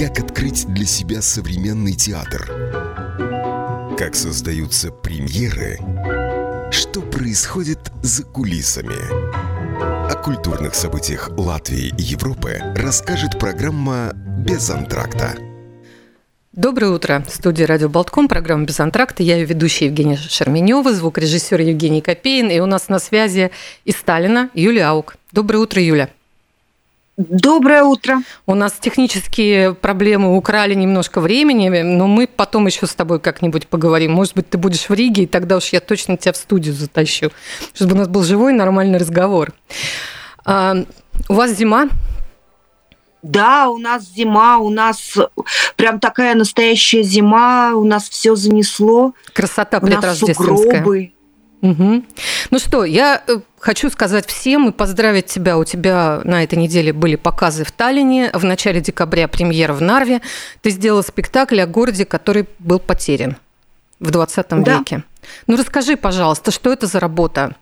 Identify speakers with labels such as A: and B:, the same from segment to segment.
A: Как открыть для себя современный театр? Как создаются премьеры? Что происходит за кулисами? О культурных событиях Латвии и Европы расскажет программа «Без антракта».
B: Доброе утро. В студии «Радио Болтком», программа «Без антракта». Я ее ведущая Евгения Шерменева, звукорежиссер Евгений Копейн. И у нас на связи из Таллина Юлия Аук. Доброе утро, Юля.
C: Доброе утро.
B: У нас технические проблемы украли немножко времени, но мы потом еще с тобой как-нибудь поговорим. Может быть, ты будешь в Риге, и тогда уж я точно тебя в студию затащу, чтобы у нас был живой нормальный разговор. У вас зима?
C: Да, у нас зима, у нас прям такая настоящая зима, у нас все занесло.
B: Красота предрождественская.
C: Сугробы.
B: Угу. Ну что, я хочу сказать всем и поздравить тебя. У тебя на этой неделе были показы в Таллине, в начале декабря премьера в Нарве. Ты сделала спектакль о городе, который был потерян в 20 веке. Ну расскажи, пожалуйста, что это за работа?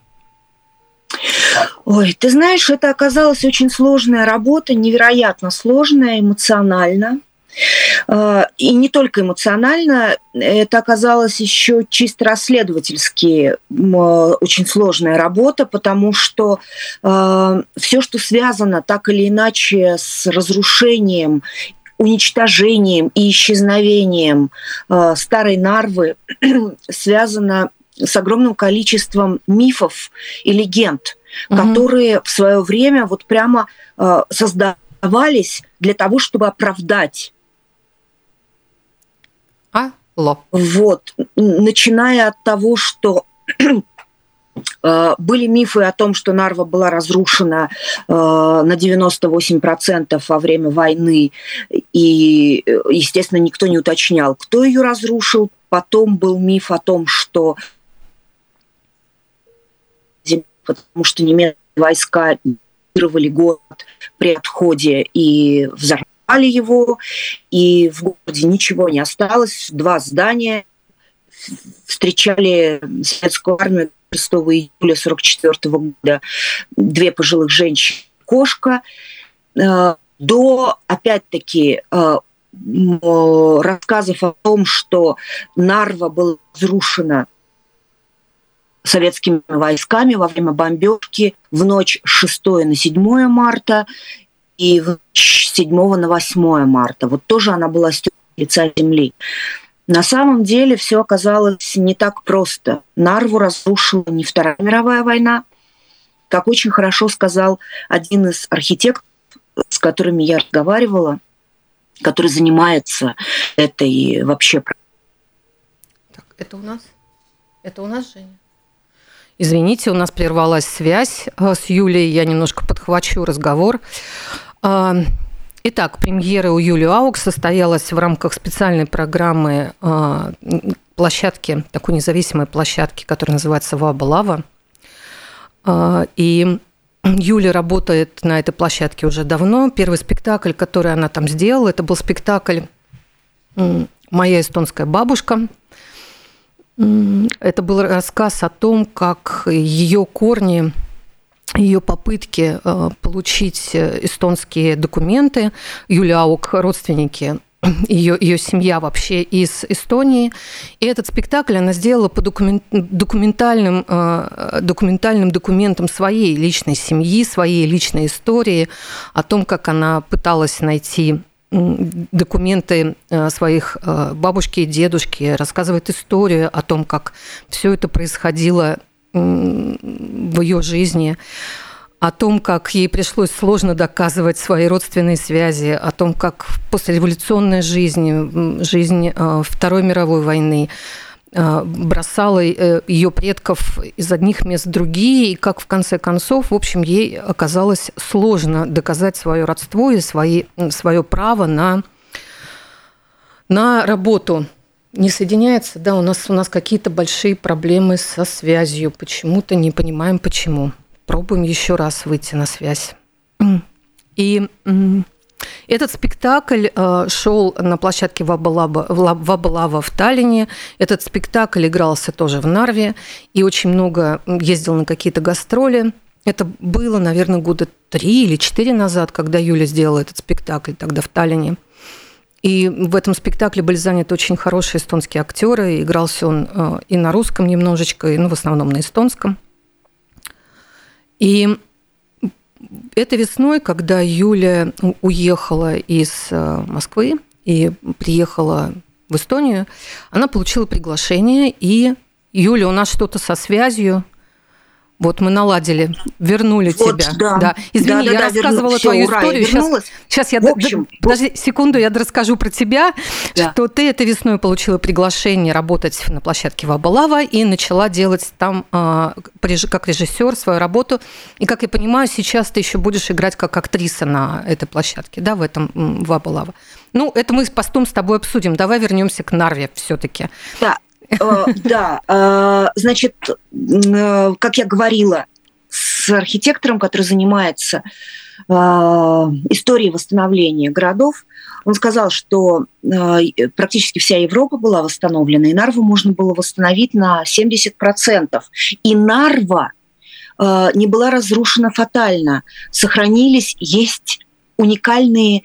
C: Ой, ты знаешь, это оказалась очень сложная работа, невероятно сложная, эмоционально. И не только эмоционально, это оказалось еще чисто расследовательски очень сложная работа, потому что все, что связано так или иначе с разрушением, уничтожением и исчезновением старой Нарвы, связано с огромным количеством мифов и легенд, которые в свое время вот прямо создавались для того, чтобы оправдать. Вот, начиная от того, что были мифы о том, что Нарва была разрушена на 98% во время войны, и, естественно, никто не уточнял, кто ее разрушил. Потом был миф о том, что потому что немецкие войска оккупировали город при отходе и взорвали его, и в городе ничего не осталось. 2 здания встречали советскую армию 6 июля 1944 года. 2 пожилых женщины, кошка. До, опять-таки, рассказов о том, что Нарва была разрушена советскими войсками во время бомбежки в ночь с 6 на 7 марта и в ночь с 7 на 8 марта. Вот тоже она была стерта с лица земли. На самом деле все оказалось не так просто. Нарву разрушила не Вторая мировая война, как очень хорошо сказал один из архитекторов, с которыми я разговаривала, который занимается этой вообще...
B: Так, это у нас? Это у нас, Женя? Извините, у нас прервалась связь с Юлей, я немножко подхвачу разговор. Итак, премьера у Юлии Аук состоялась в рамках специальной программы площадки, такой независимой площадки, которая называется «Ваба-Лава». И Юля работает на этой площадке уже давно. Первый спектакль, который она там сделала, это был спектакль «Моя эстонская бабушка». Это был рассказ о том, как ее корни, ее попытки получить эстонские документы. Юлия Аук, родственники, ее семья вообще из Эстонии. И этот спектакль она сделала по документальным документам своей личной семьи, своей личной истории, о том, как она пыталась найти документы своих бабушки и дедушки, рассказывает историю о том, как все это происходило в ее жизни, о том, как ей пришлось сложно доказывать свои родственные связи, о том, как послереволюционная жизнь Второй мировой войны бросала ее предков из одних мест в другие, и как в конце концов, в общем, ей оказалось сложно доказать свое родство и свое право на работу. Не соединяется, да, у нас какие-то большие проблемы со связью, почему-то не понимаем, почему. Пробуем еще раз выйти на связь. И этот спектакль шел на площадке Ваба-Лава в Таллине. Этот спектакль игрался тоже в Нарве и очень много ездил на какие-то гастроли. Это было, наверное, года 3 или 4 назад, когда Юля сделала этот спектакль тогда в Таллине. И в этом спектакле были заняты очень хорошие эстонские актеры. Игрался он и на русском немножечко, и, в основном на эстонском. И этой весной, когда Юля уехала из Москвы и приехала в Эстонию, она получила приглашение. И, Юля, у нас что-то со связью. Вот мы наладили, вернули тебя. Да. Извини, я рассказывала твою историю. Сейчас я... Подожди секунду, я расскажу про тебя, что ты этой весной получила приглашение работать на площадке Ваба-Лава и начала делать там как режиссер свою работу. И, как я понимаю, сейчас ты еще будешь играть как актриса на этой площадке, да, в этом Ваба-Лава. Ну, это мы потом с тобой обсудим. Давай вернемся к Нарве все-таки.
C: Да. Да, значит, как я говорила с архитектором, который занимается историей восстановления городов, он сказал, что практически вся Европа была восстановлена, и Нарву можно было восстановить на 70%. И Нарва не была разрушена фатально. Сохранились, есть уникальные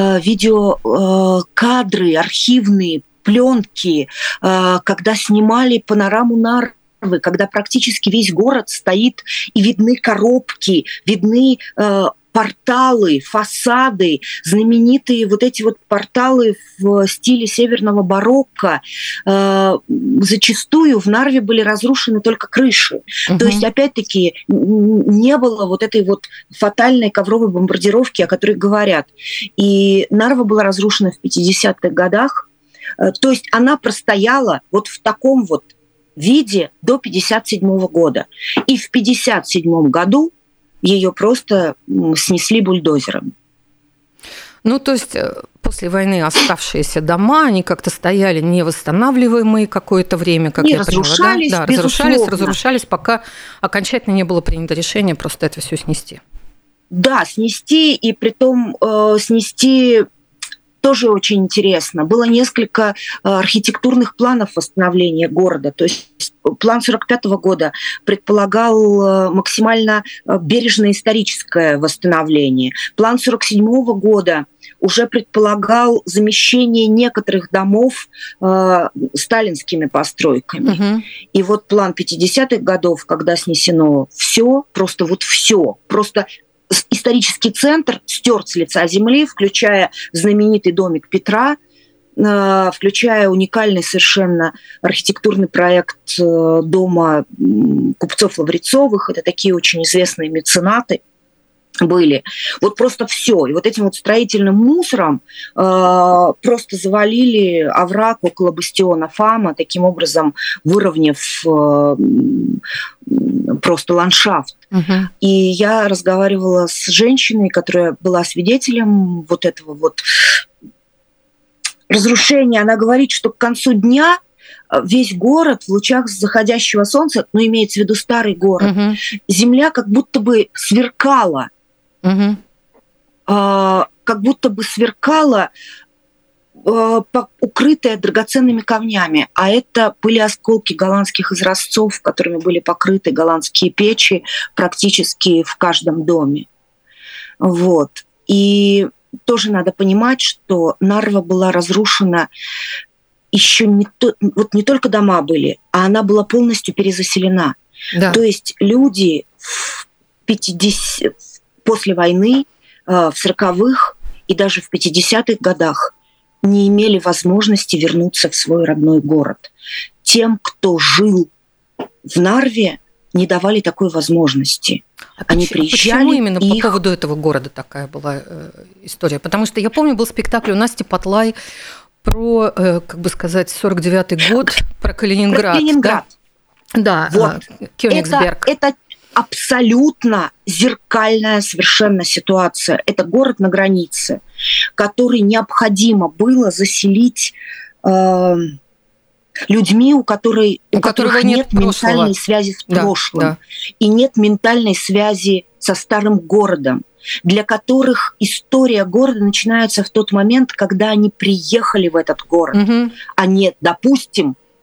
C: видеокадры, архивные, пленки, когда снимали панораму Нарвы, когда практически весь город стоит, и видны коробки, видны порталы, фасады, знаменитые вот эти вот порталы в стиле северного барокко. Зачастую в Нарве были разрушены только крыши. То есть, опять-таки, не было вот этой вот фатальной ковровой бомбардировки, о которой говорят. И Нарва была разрушена в 50-х годах. То есть она простояла вот в таком вот виде до 1957 года. И в 1957 году ее просто снесли бульдозером.
B: Ну, то есть после войны оставшиеся дома, они как-то стояли невосстанавливаемые какое-то время, как я поняла, да? Да, разрушались, пока окончательно не было принято решение просто это все снести.
C: Да, снести, и притом снести... Тоже очень интересно. Было несколько архитектурных планов восстановления города. То есть план 1945 года предполагал максимально бережное историческое восстановление. План 1947 года уже предполагал замещение некоторых домов сталинскими постройками. И вот план 50-х годов, когда снесено все, просто вот все, просто исторический центр стерт с лица земли, включая знаменитый домик Петра, включая уникальный совершенно архитектурный проект дома купцов Лаврецовых. Это такие очень известные меценаты были. Вот просто все. И вот этим вот строительным мусором просто завалили овраг около бастиона Фама, таким образом выровняв просто ландшафт. И я разговаривала с женщиной, которая была свидетелем вот этого вот разрушения. Она говорит, что к концу дня весь город в лучах заходящего солнца, ну, имеется в виду старый город, земля как будто бы сверкала. Как будто бы сверкала, укрытая драгоценными камнями. А это были осколки голландских изразцов, которыми были покрыты голландские печи практически в каждом доме. Вот. И тоже надо понимать, что Нарва была разрушена еще не только дома были, а она была полностью перезаселена. Да. То есть люди после войны, в 40-х и даже в 50-х годах не имели возможности вернуться в свой родной город. Тем, кто жил в Нарве, не давали такой возможности. Они приезжали.
B: Почему именно по поводу этого города такая была история? Потому что я помню, был спектакль у Насти Патлай про, как бы сказать, 49-й год, про Калининград.
C: Про Калининград.
B: Да,
C: вот.
B: Кёнигсберг.
C: Это абсолютно зеркальная совершенно ситуация. Это город на границе, который необходимо было заселить людьми, у которых нет ментальной связи с прошлым, да. И нет ментальной связи со старым городом, для которых история города начинается в тот момент, когда они приехали в этот город, а не, допустим,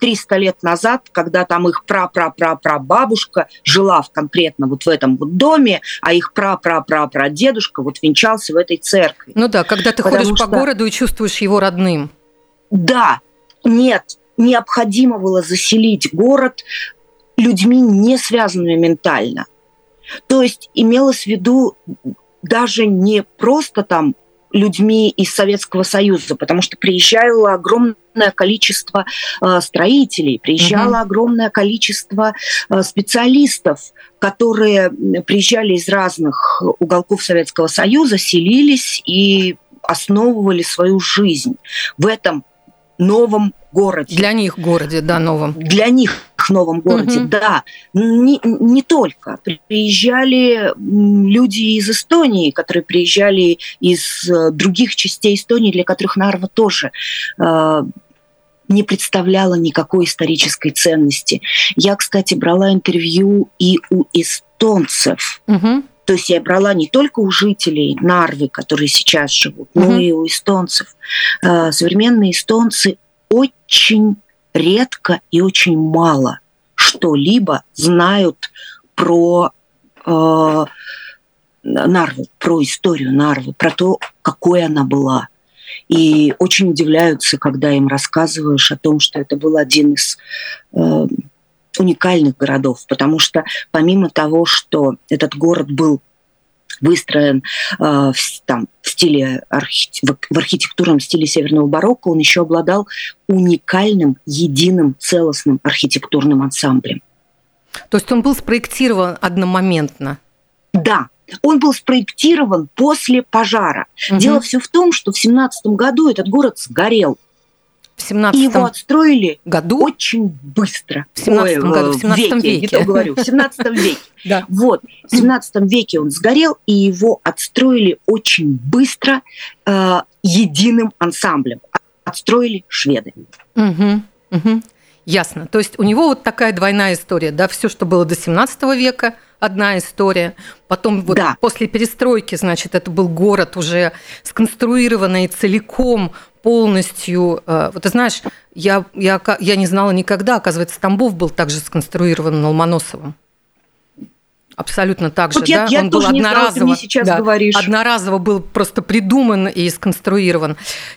C: 300 лет назад, когда там их прапрапрапрабабушка жила конкретно вот в этом вот доме, а их прапрапрапрадедушка вот венчался в этой церкви.
B: Ну да, когда ты ходишь по городу и чувствуешь его родным.
C: Да, нет, необходимо было заселить город людьми, не связанными ментально. То есть имелось в виду даже не просто там людьми из Советского Союза, потому что приезжало огромное количество строителей, приезжало огромное количество специалистов, которые приезжали из разных уголков Советского Союза, селились и основывали свою жизнь в этом новом городе.
B: Для них городе, да, новом.
C: Для них в новом городе, да. Не только. Приезжали люди из Эстонии, которые приезжали из других частей Эстонии, для которых Нарва тоже не представляла никакой исторической ценности. Я, кстати, брала интервью и у эстонцев. То есть я брала не только у жителей Нарвы, которые сейчас живут, но и у эстонцев. Современные эстонцы очень редко и очень мало что-либо знают про Нарву, про историю Нарвы, про то, какой она была. И очень удивляются, когда им рассказываешь о том, что это был один из уникальных городов, потому что помимо того, что этот город был выстроен в архитектурном стиле северного барокко, он еще обладал уникальным, единым, целостным архитектурным ансамблем.
B: То есть он был спроектирован одномоментно?
C: Да, он был спроектирован после пожара. Дело все в том, что в 17 году этот город сгорел.
B: В 17
C: и его отстроили
B: году?
C: Очень быстро.
B: В 17 году, в 17 веке.
C: Не то говорю, в 17 веке.
B: Да.
C: Вот, в 17 веке он сгорел, и его отстроили очень быстро единым ансамблем. Отстроили шведы.
B: Ясно. То есть у него вот такая двойная история, да, все, что было до 17 века, одна история. Потом вот после перестройки, значит, это был город уже сконструированный целиком, полностью. Вот ты знаешь, я не знала никогда, оказывается, Тамбов был также сконструирован Ломоносовым. Абсолютно так же,
C: вот
B: да?
C: Я
B: он
C: тоже
B: был
C: не знала, ты мне сейчас говоришь.
B: Одноразово был просто придуман и сконструирован.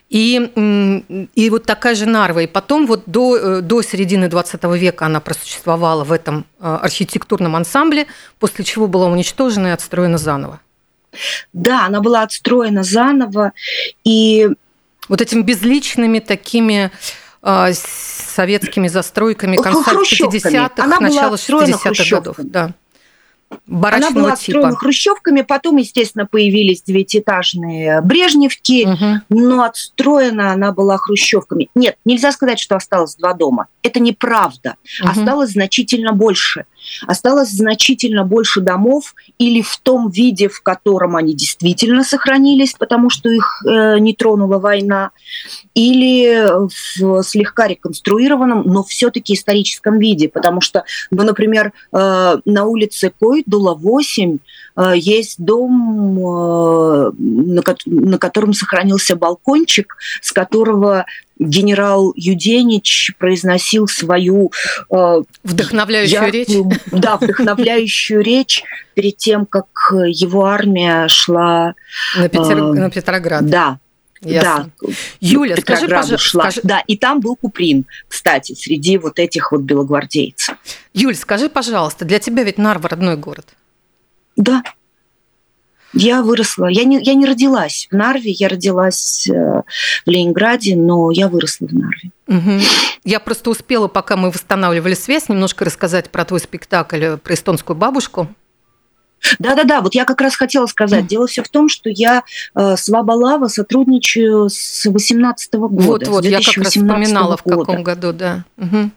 B: И вот такая же Нарва. И потом вот до середины 20 века она просуществовала в этом архитектурном ансамбле, после чего была уничтожена и отстроена заново.
C: Да, она была отстроена заново. И
B: вот этими безличными такими советскими застройками конца 50-х, начала 60-х годов. Да.
C: Она была отстроена хрущевками, потом, естественно, появились девятиэтажные брежневки, но отстроена она была хрущевками. Нет, нельзя сказать, что осталось два дома. Это неправда. Осталось значительно больше. Осталось значительно больше домов или в том виде, в котором они действительно сохранились, потому что их не тронула война, или в слегка реконструированном, но все-таки историческом виде, потому что, например, на улице Койдула, 8, есть дом, на котором сохранился балкончик, с которого генерал Юденич произносил свою
B: вдохновляющую речь.
C: Да, вдохновляющую речь перед тем, как его армия шла
B: на Петроград.
C: Да.
B: Ясно.
C: Да,
B: Юля, скажи, пожалуйста.
C: Да, и там был Куприн, кстати, среди вот этих вот белогвардейцев.
B: Юль, скажи, пожалуйста, для тебя ведь Нарва родной город?
C: Да. Я выросла. Я не родилась в Нарве, я родилась в Ленинграде, но я выросла в Нарве.
B: Я просто успела, пока мы восстанавливали связь, немножко рассказать про твой спектакль про эстонскую бабушку.
C: Да, вот я как раз хотела сказать. Дело все в том, что я с Вабалава сотрудничаю с 2018 года.
B: Вот, я как раз вспоминала, в каком году, да.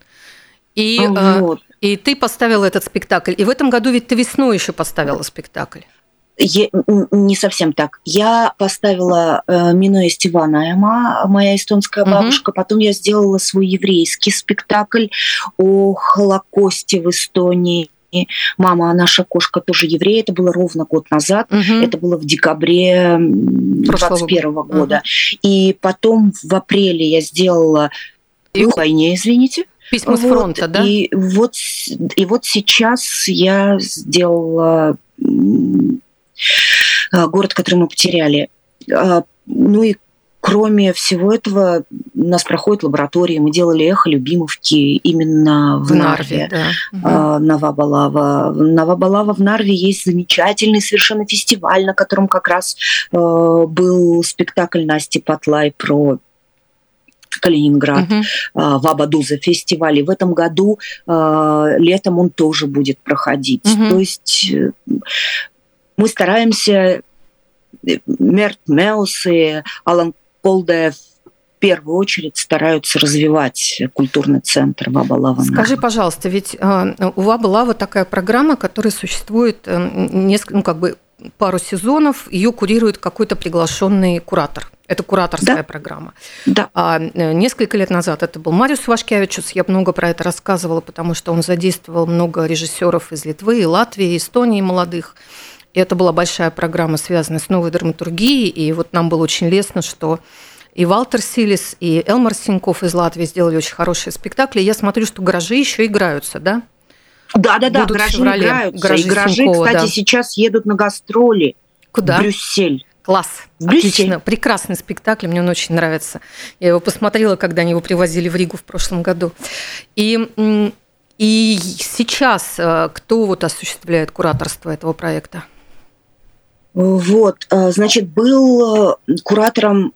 B: И ты поставила этот спектакль. И в этом году ведь ты весной еще поставила спектакль.
C: Не совсем так. Я поставила Миноя Стиванайма, моя эстонская бабушка. Потом я сделала свой еврейский спектакль о Холокосте в Эстонии. «Мама, наша кошка тоже еврей». Это было ровно год назад. Это было в декабре 2021 года. И потом в апреле я сделала... В войне, извините.
B: Письма с фронта, да?
C: И вот сейчас я сделала город, который мы потеряли. Ну и кроме всего этого, у нас проходят лаборатории. Мы делали эхо Любимовки именно в Нарве. Да. Новобалава. Новобалава в Нарве есть замечательный совершенно фестиваль, на котором как раз был спектакль Насти Патлай про Калининград, Вабадуза фестиваль. И в этом году летом он тоже будет проходить. То есть мы стараемся, Мерт Меус и Алан Колде в первую очередь стараются развивать культурный центр Ваба-Лава.
B: Скажи, пожалуйста, ведь у Ваба-Лава такая программа, которая существует пару сезонов, ее курирует какой-то приглашенный куратор. Это кураторская программа.
C: Да.
B: А несколько лет назад это был Мариус Вашкевичус. Я много про это рассказывала, потому что он задействовал много режиссеров из Литвы, Латвии, Эстонии молодых. И это была большая программа, связанная с новой драматургией. И вот нам было очень лестно, что и Валтер Силис, и Элмар Синьков из Латвии сделали очень хорошие спектакли. Я смотрю, что «Гаражи» еще играются, да?
C: Да, «Гаражи» играются. «Гаражи», кстати, сейчас едут на гастроли.
B: Куда?
C: В Брюссель.
B: Класс, отлично, прекрасный спектакль, мне он очень нравится. Я его посмотрела, когда они его привозили в Ригу в прошлом году. И сейчас кто вот осуществляет кураторство этого проекта?
C: Вот, значит, был куратором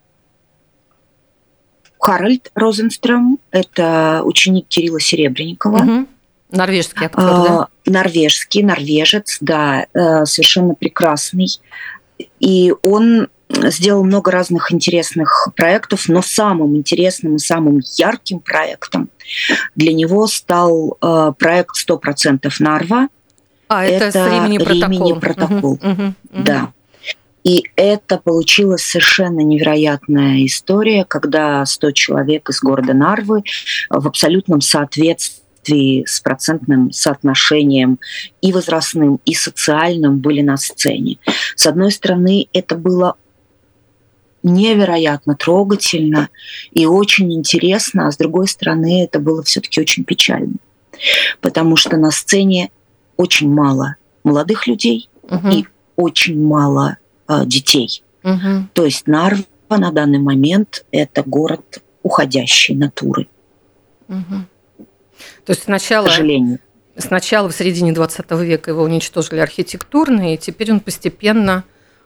C: Харальд Розенстрöm, это ученик Кирилла Серебренникова.
B: Угу. Норвежский актер, да?
C: Норвежец, да, совершенно прекрасный. И он сделал много разных интересных проектов, но самым интересным и самым ярким проектом для него стал проект «100% Нарва».
B: Это «Римини
C: протокол». Да. И это получилась совершенно невероятная история, когда 100 человек из города Нарвы в абсолютном соответствии с процентным соотношением и возрастным, и социальным были на сцене. С одной стороны, это было невероятно трогательно и очень интересно, а с другой стороны, это было все-таки очень печально, потому что на сцене очень мало молодых людей и очень мало детей. То есть Нарва на данный момент – это город уходящей натуры.
B: То есть сначала в середине 20 века его уничтожили архитектурно, и теперь он постепенно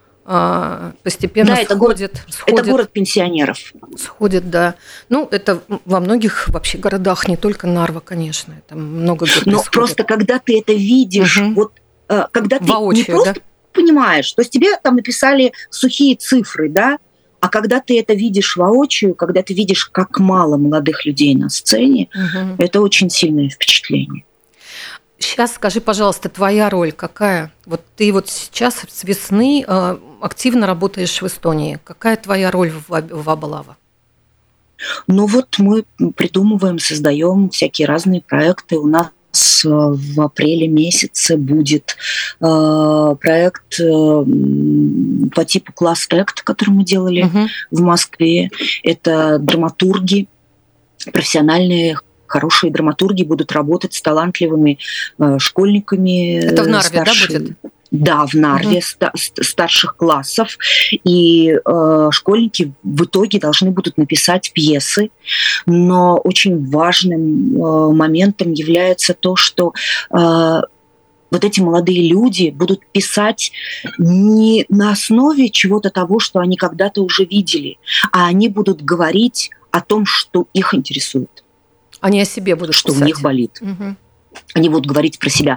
B: сходит.
C: Это город пенсионеров.
B: Сходит, да. Ну, это во многих вообще городах, не только Нарва, конечно. Там много где происходит.
C: Но просто когда ты это видишь, когда ты
B: воочию,
C: не просто понимаешь, то есть тебе там написали сухие цифры, да, а когда ты это видишь воочию, когда ты видишь, как мало молодых людей на сцене, это очень сильное впечатление.
B: Сейчас скажи, пожалуйста, твоя роль какая? Вот ты вот сейчас с весны активно работаешь в Эстонии. Какая твоя роль в Ваба-Лава?
C: Ну вот мы придумываем, создаем всякие разные проекты. У нас в апреле месяце будет проект по типу Class Act, который мы делали в Москве. Это драматурги, профессиональные, хорошие драматурги будут работать с талантливыми школьниками.
B: Это в Нарве, да, будет?
C: Да, в Нарве, старших классов. И школьники в итоге должны будут написать пьесы. Но очень важным моментом является то, что вот эти молодые люди будут писать не на основе чего-то того, что они когда-то уже видели, а они будут говорить о том, что их интересует.
B: Они о себе будут
C: что
B: писать.
C: У них болит. Они будут говорить про себя.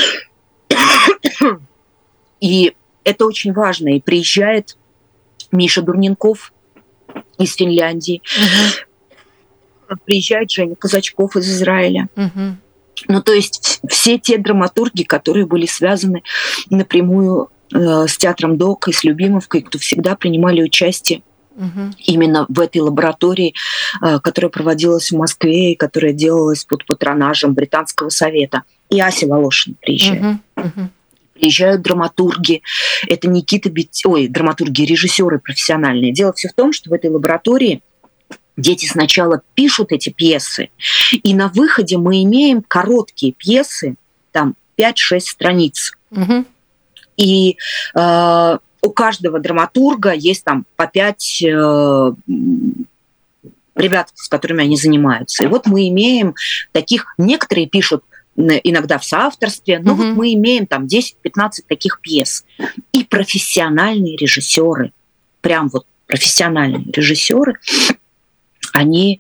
C: И это очень важно. И приезжает Миша Дурненков из Финляндии. Приезжает Женя Казачков из Израиля. Ну, то есть все те драматурги, которые были связаны напрямую с театром ДОК и с Любимовкой, кто всегда принимали участие именно в этой лаборатории, которая проводилась в Москве и которая делалась под патронажем Британского совета. И Ася Волошина приезжает. Приезжают драматурги. Это Никита драматурги, режиссеры профессиональные. Дело все в том, что в этой лаборатории Дети сначала пишут эти пьесы, и на выходе мы имеем короткие пьесы, там 5-6 страниц.
B: Угу.
C: И у каждого драматурга есть там по 5 ребят, с которыми они занимаются. И вот мы имеем таких, некоторые пишут иногда в соавторстве, но вот мы имеем там 10-15 таких пьес. И профессиональные режиссеры, прям вот профессиональные режиссеры, они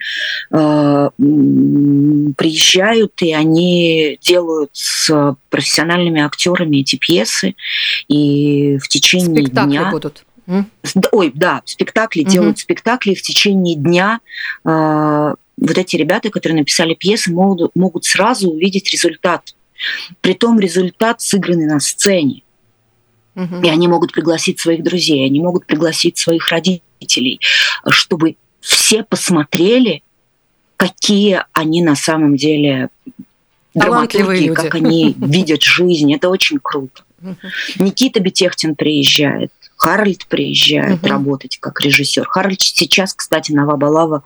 C: приезжают, и они делают с профессиональными актерами эти пьесы, и в течение
B: спектакли
C: дня...
B: будут.
C: Спектакли делают спектакли, и в течение дня вот эти ребята, которые написали пьесы, могут сразу увидеть результат. Притом результат сыгранный на сцене. И они могут пригласить своих друзей, они могут пригласить своих родителей, чтобы все посмотрели, какие они на самом деле драматурги, как они видят жизнь. Это очень круто. Никита Бетехтин приезжает, Харальд приезжает работать как режиссер. Харальд сейчас, кстати, на Вабалава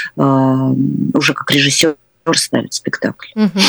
C: уже как режиссер ставит спектакль.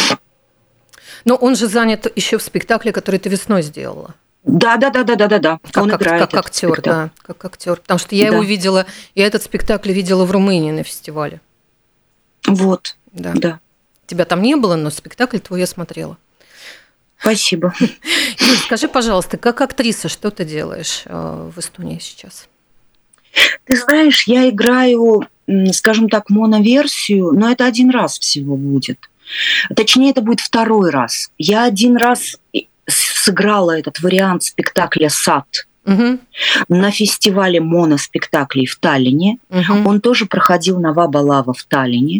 B: Но он же занят еще в спектакле, который ты весной сделала.
C: Да. Он играет
B: как актер, да, как актер. Потому что я его видела, я этот спектакль видела в Румынии на фестивале.
C: Вот,
B: да. Тебя там не было, но спектакль твой я смотрела.
C: Спасибо.
B: Юль, скажи, пожалуйста, как актриса, что ты делаешь в Эстонии сейчас?
C: Ты знаешь, я играю, скажем так, моноверсию, но это один раз всего будет. Точнее, это будет второй раз. Я один раз сыграла этот вариант спектакля «Сад» на фестивале моноспектаклей в Таллине. Он тоже проходил на Вабалава в Таллине.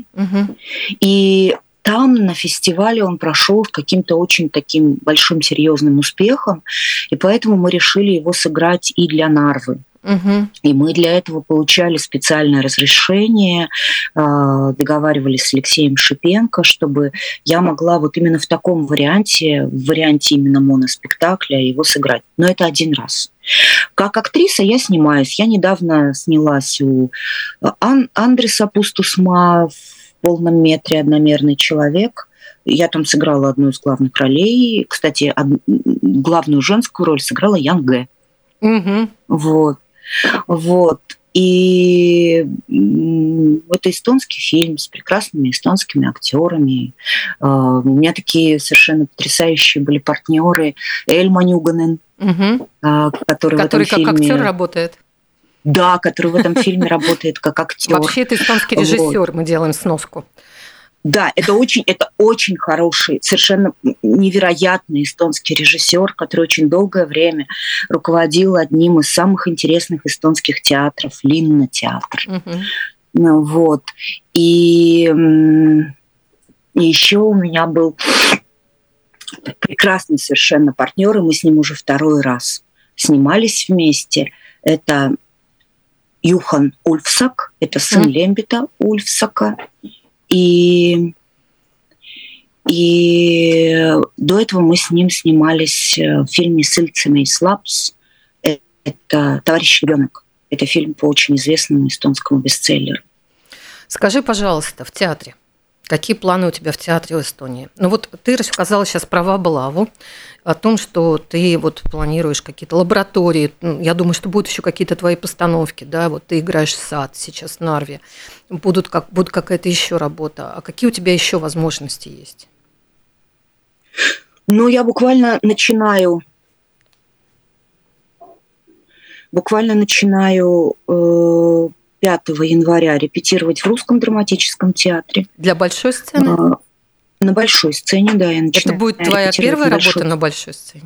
C: И там на фестивале он прошел с каким-то очень таким большим серьезным успехом, и поэтому мы решили его сыграть и для Нарвы. И мы для этого получали специальное разрешение, договаривались с Алексеем Шипенко, чтобы я могла вот именно в таком варианте, в варианте именно моноспектакля его сыграть. Но это один раз. Как актриса я снимаюсь. Я недавно снялась у Андреса Пустусма в полном метре «Одномерный человек». Я там сыграла одну из главных ролей. Кстати, главную женскую роль сыграла Ян Гэ. Вот. И это эстонский фильм с прекрасными эстонскими актерами. У меня такие совершенно потрясающие были партнеры. Эльма Нюганен, который в этом фильме...
B: как актер работает.
C: Да, который в этом фильме работает как актер.
B: Вообще это эстонский режиссер, мы делаем сноску.
C: Да, это очень хороший, совершенно невероятный эстонский режиссер, который очень долгое время руководил одним из самых интересных эстонских театров, Линна театр. Вот. И еще у меня был прекрасный совершенно партнер, и мы с ним уже второй раз снимались вместе. Это Юхан Ульфсак, это сын Лембита Ульфсака. И до этого мы с ним снимались в фильме «Сильцемей Слапс». Это «Товарищ ребенок». Это фильм по очень известному эстонскому бестселлеру.
B: Скажи, пожалуйста, в театре, какие планы у тебя в театре в Эстонии? Ну вот ты рассказала сейчас про Вабалаву, о том, что ты вот планируешь какие-то лаборатории. Я думаю, что будут еще какие-то твои постановки, да, вот ты играешь «Сад» сейчас в Нарве, будет какая-то еще работа. А какие у тебя еще возможности есть?
C: Ну, я буквально начинаю 5 января репетировать в Русском драматическом театре.
B: Для большой сцены?
C: На большой сцене, да, я начинаю.
B: Это будет твоя первая работа на большой сцене?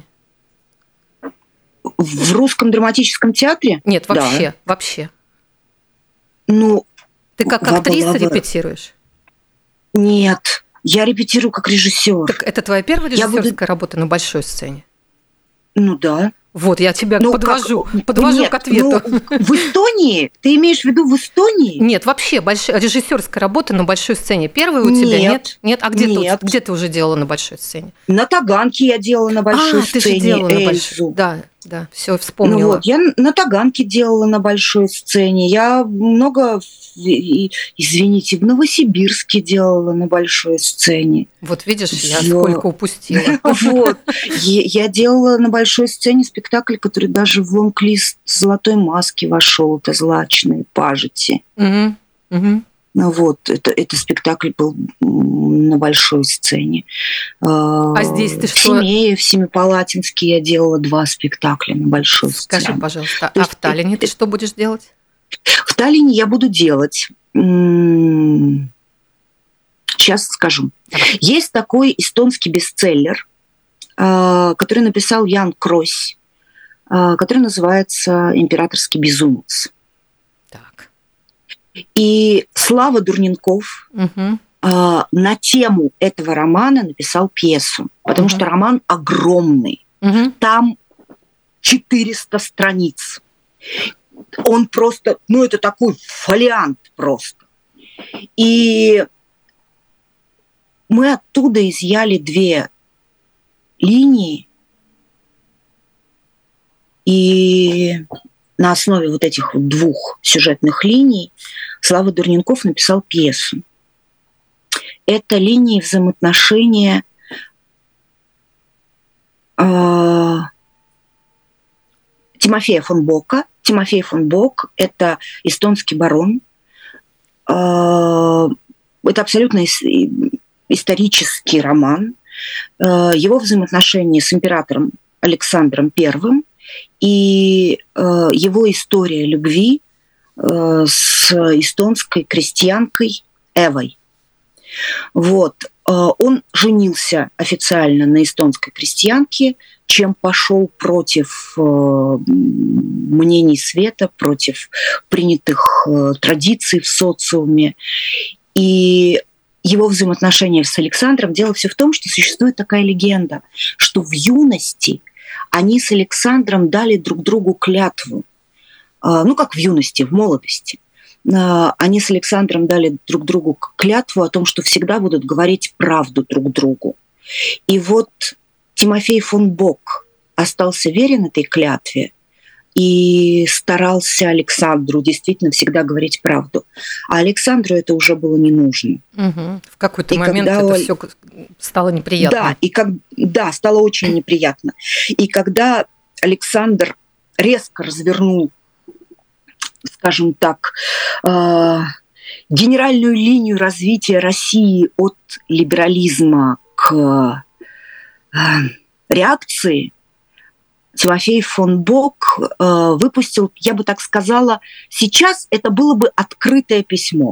C: В Русском драматическом театре?
B: Нет, вообще.
C: Ну,
B: ты как актриса репетируешь?
C: Нет, я репетирую как режиссер.
B: Так это твоя первая режиссерская работа на большой сцене?
C: Ну да.
B: Вот, я тебя подвожу к ответу.
C: В Эстонии? Ты имеешь в виду в Эстонии?
B: Нет, вообще режиссерская работа на большой сцене. Первая у тебя нет? Нет? А где ты уже делала на большой сцене?
C: На Таганке я делала на большой сцене.
B: Ты же делала на большой. Да. да, все вспомнила.
C: Вот, я на Таганке делала на большой сцене, я много, извините, в Новосибирске делала на большой сцене.
B: Вот видишь, я сколько упустила.
C: Вот, я делала на большой сцене спектакль, который даже в лонг-лист «Золотой маски» вошел, это «Злачные пажити». Вот, это спектакль был на большой сцене.
B: А здесь ты что?
C: В Семипалатинске я делала 2 спектакля на большой сцене.
B: Скажи, пожалуйста, а в Таллине ты что будешь делать?
C: В Таллине я буду делать... Сейчас скажу. Давай. Есть такой эстонский бестселлер, который написал Ян Крось, который называется «Императорский безумец».
B: Так.
C: И Слава Дурненков на тему этого романа написал пьесу, потому что роман огромный. Там 400 страниц. Он просто, это такой фолиант просто. И мы оттуда изъяли 2 линии, и на основе вот этих 2 сюжетных линий Слава Дурненков написал пьесу. Это линии взаимоотношения Тимофея фон Бока. Тимофей фон Бок – это эстонский барон. Это абсолютно исторический роман. Его взаимоотношения с императором Александром I и его история любви с эстонской крестьянкой Эвой. Вот. Он женился официально на эстонской крестьянке, чем пошел против мнений света, против принятых традиций в социуме. И его взаимоотношения с Александром, дело все в том, что существует такая легенда, что в юности они с Александром дали друг другу клятву. Как в юности, в молодости. Они с Александром дали друг другу клятву о том, что всегда будут говорить правду друг другу. И вот Тимофей фон Бок остался верен этой клятве и старался Александру действительно всегда говорить правду. А Александру это уже было не нужно.
B: В какой-то момент это все стало неприятно.
C: Да, стало очень неприятно. И когда Александр резко развернул, скажем так, генеральную линию развития России от либерализма к реакции, Тимофей фон Бок выпустил, я бы так сказала, сейчас это было бы открытое письмо.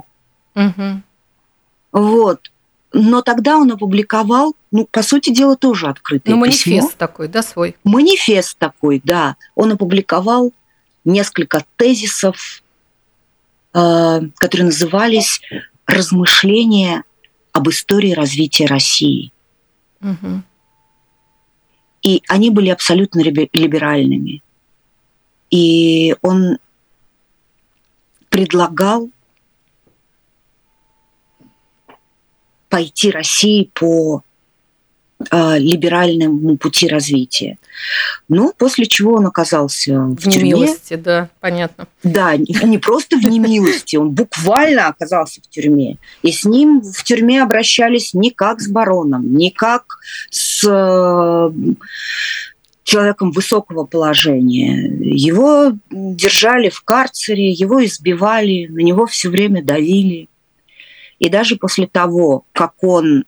C: Вот. Но тогда он опубликовал, по сути дела, тоже открытое письмо.
B: Манифест такой, да, свой?
C: Манифест такой, да. Он опубликовал несколько тезисов, которые назывались «Размышления об истории развития России». И они были абсолютно либеральными. И он предлагал пойти России по либеральному пути развития. После чего он оказался в тюрьме.
B: В немилости, да, понятно.
C: Да, не просто в немилости, он буквально оказался в тюрьме. И с ним в тюрьме обращались не как с бароном, не как с человеком высокого положения. Его держали в карцере, его избивали, на него все время давили. И даже после того, как он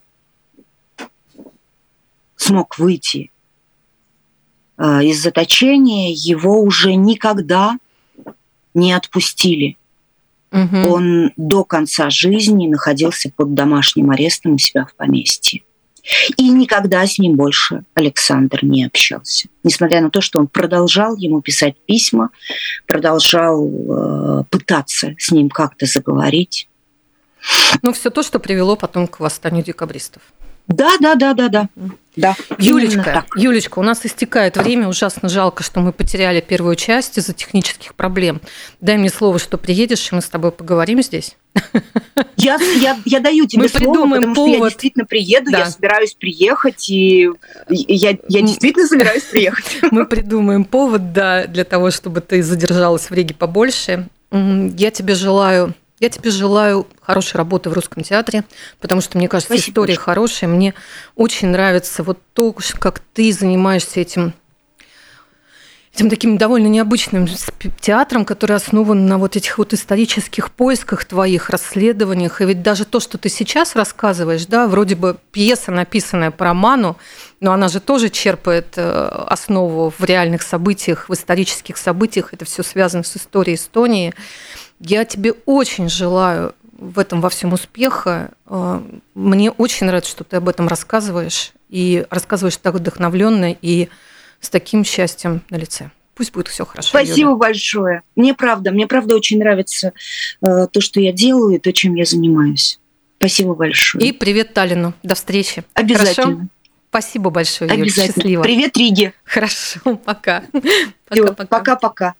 C: смог выйти из заточения, его уже никогда не отпустили. Он до конца жизни находился под домашним арестом у себя в поместье. И никогда с ним больше Александр не общался. Несмотря на то, что он продолжал ему писать письма, продолжал пытаться с ним как-то заговорить.
B: Все то, что привело потом к восстанию декабристов.
C: Да. Да,
B: Юлечка, у нас истекает время. Ужасно жалко, что мы потеряли первую часть из-за технических проблем. Дай мне слово, что приедешь, и мы с тобой поговорим здесь.
C: Я даю тебе слово, потому что я действительно приеду, я собираюсь приехать, и я действительно собираюсь приехать.
B: Мы придумаем повод, да, для того, чтобы ты задержалась в Риге побольше. Я тебе желаю хорошей работы в Русском театре, потому что, мне кажется, спасибо, история хорошая. Мне очень нравится вот то, как ты занимаешься этим таким довольно необычным театром, который основан на вот этих вот исторических поисках твоих, расследованиях. И ведь даже то, что ты сейчас рассказываешь, да, вроде бы пьеса, написанная по роману, но она же тоже черпает основу в реальных событиях, в исторических событиях. Это все связано с историей Эстонии. Я тебе очень желаю в этом во всем успеха. Мне очень нравится, что ты об этом рассказываешь. И рассказываешь так вдохновленно и с таким счастьем на лице. Пусть будет все хорошо.
C: Спасибо, Юля, большое. Мне правда очень нравится то, что я делаю, и то, чем я занимаюсь. Спасибо большое.
B: И привет Таллину. До встречи.
C: Обязательно.
B: Хорошо? Спасибо большое, Юля.
C: Обязательно.
B: Счастливо.
C: Привет, Риге.
B: Хорошо, пока.
C: Пока-пока.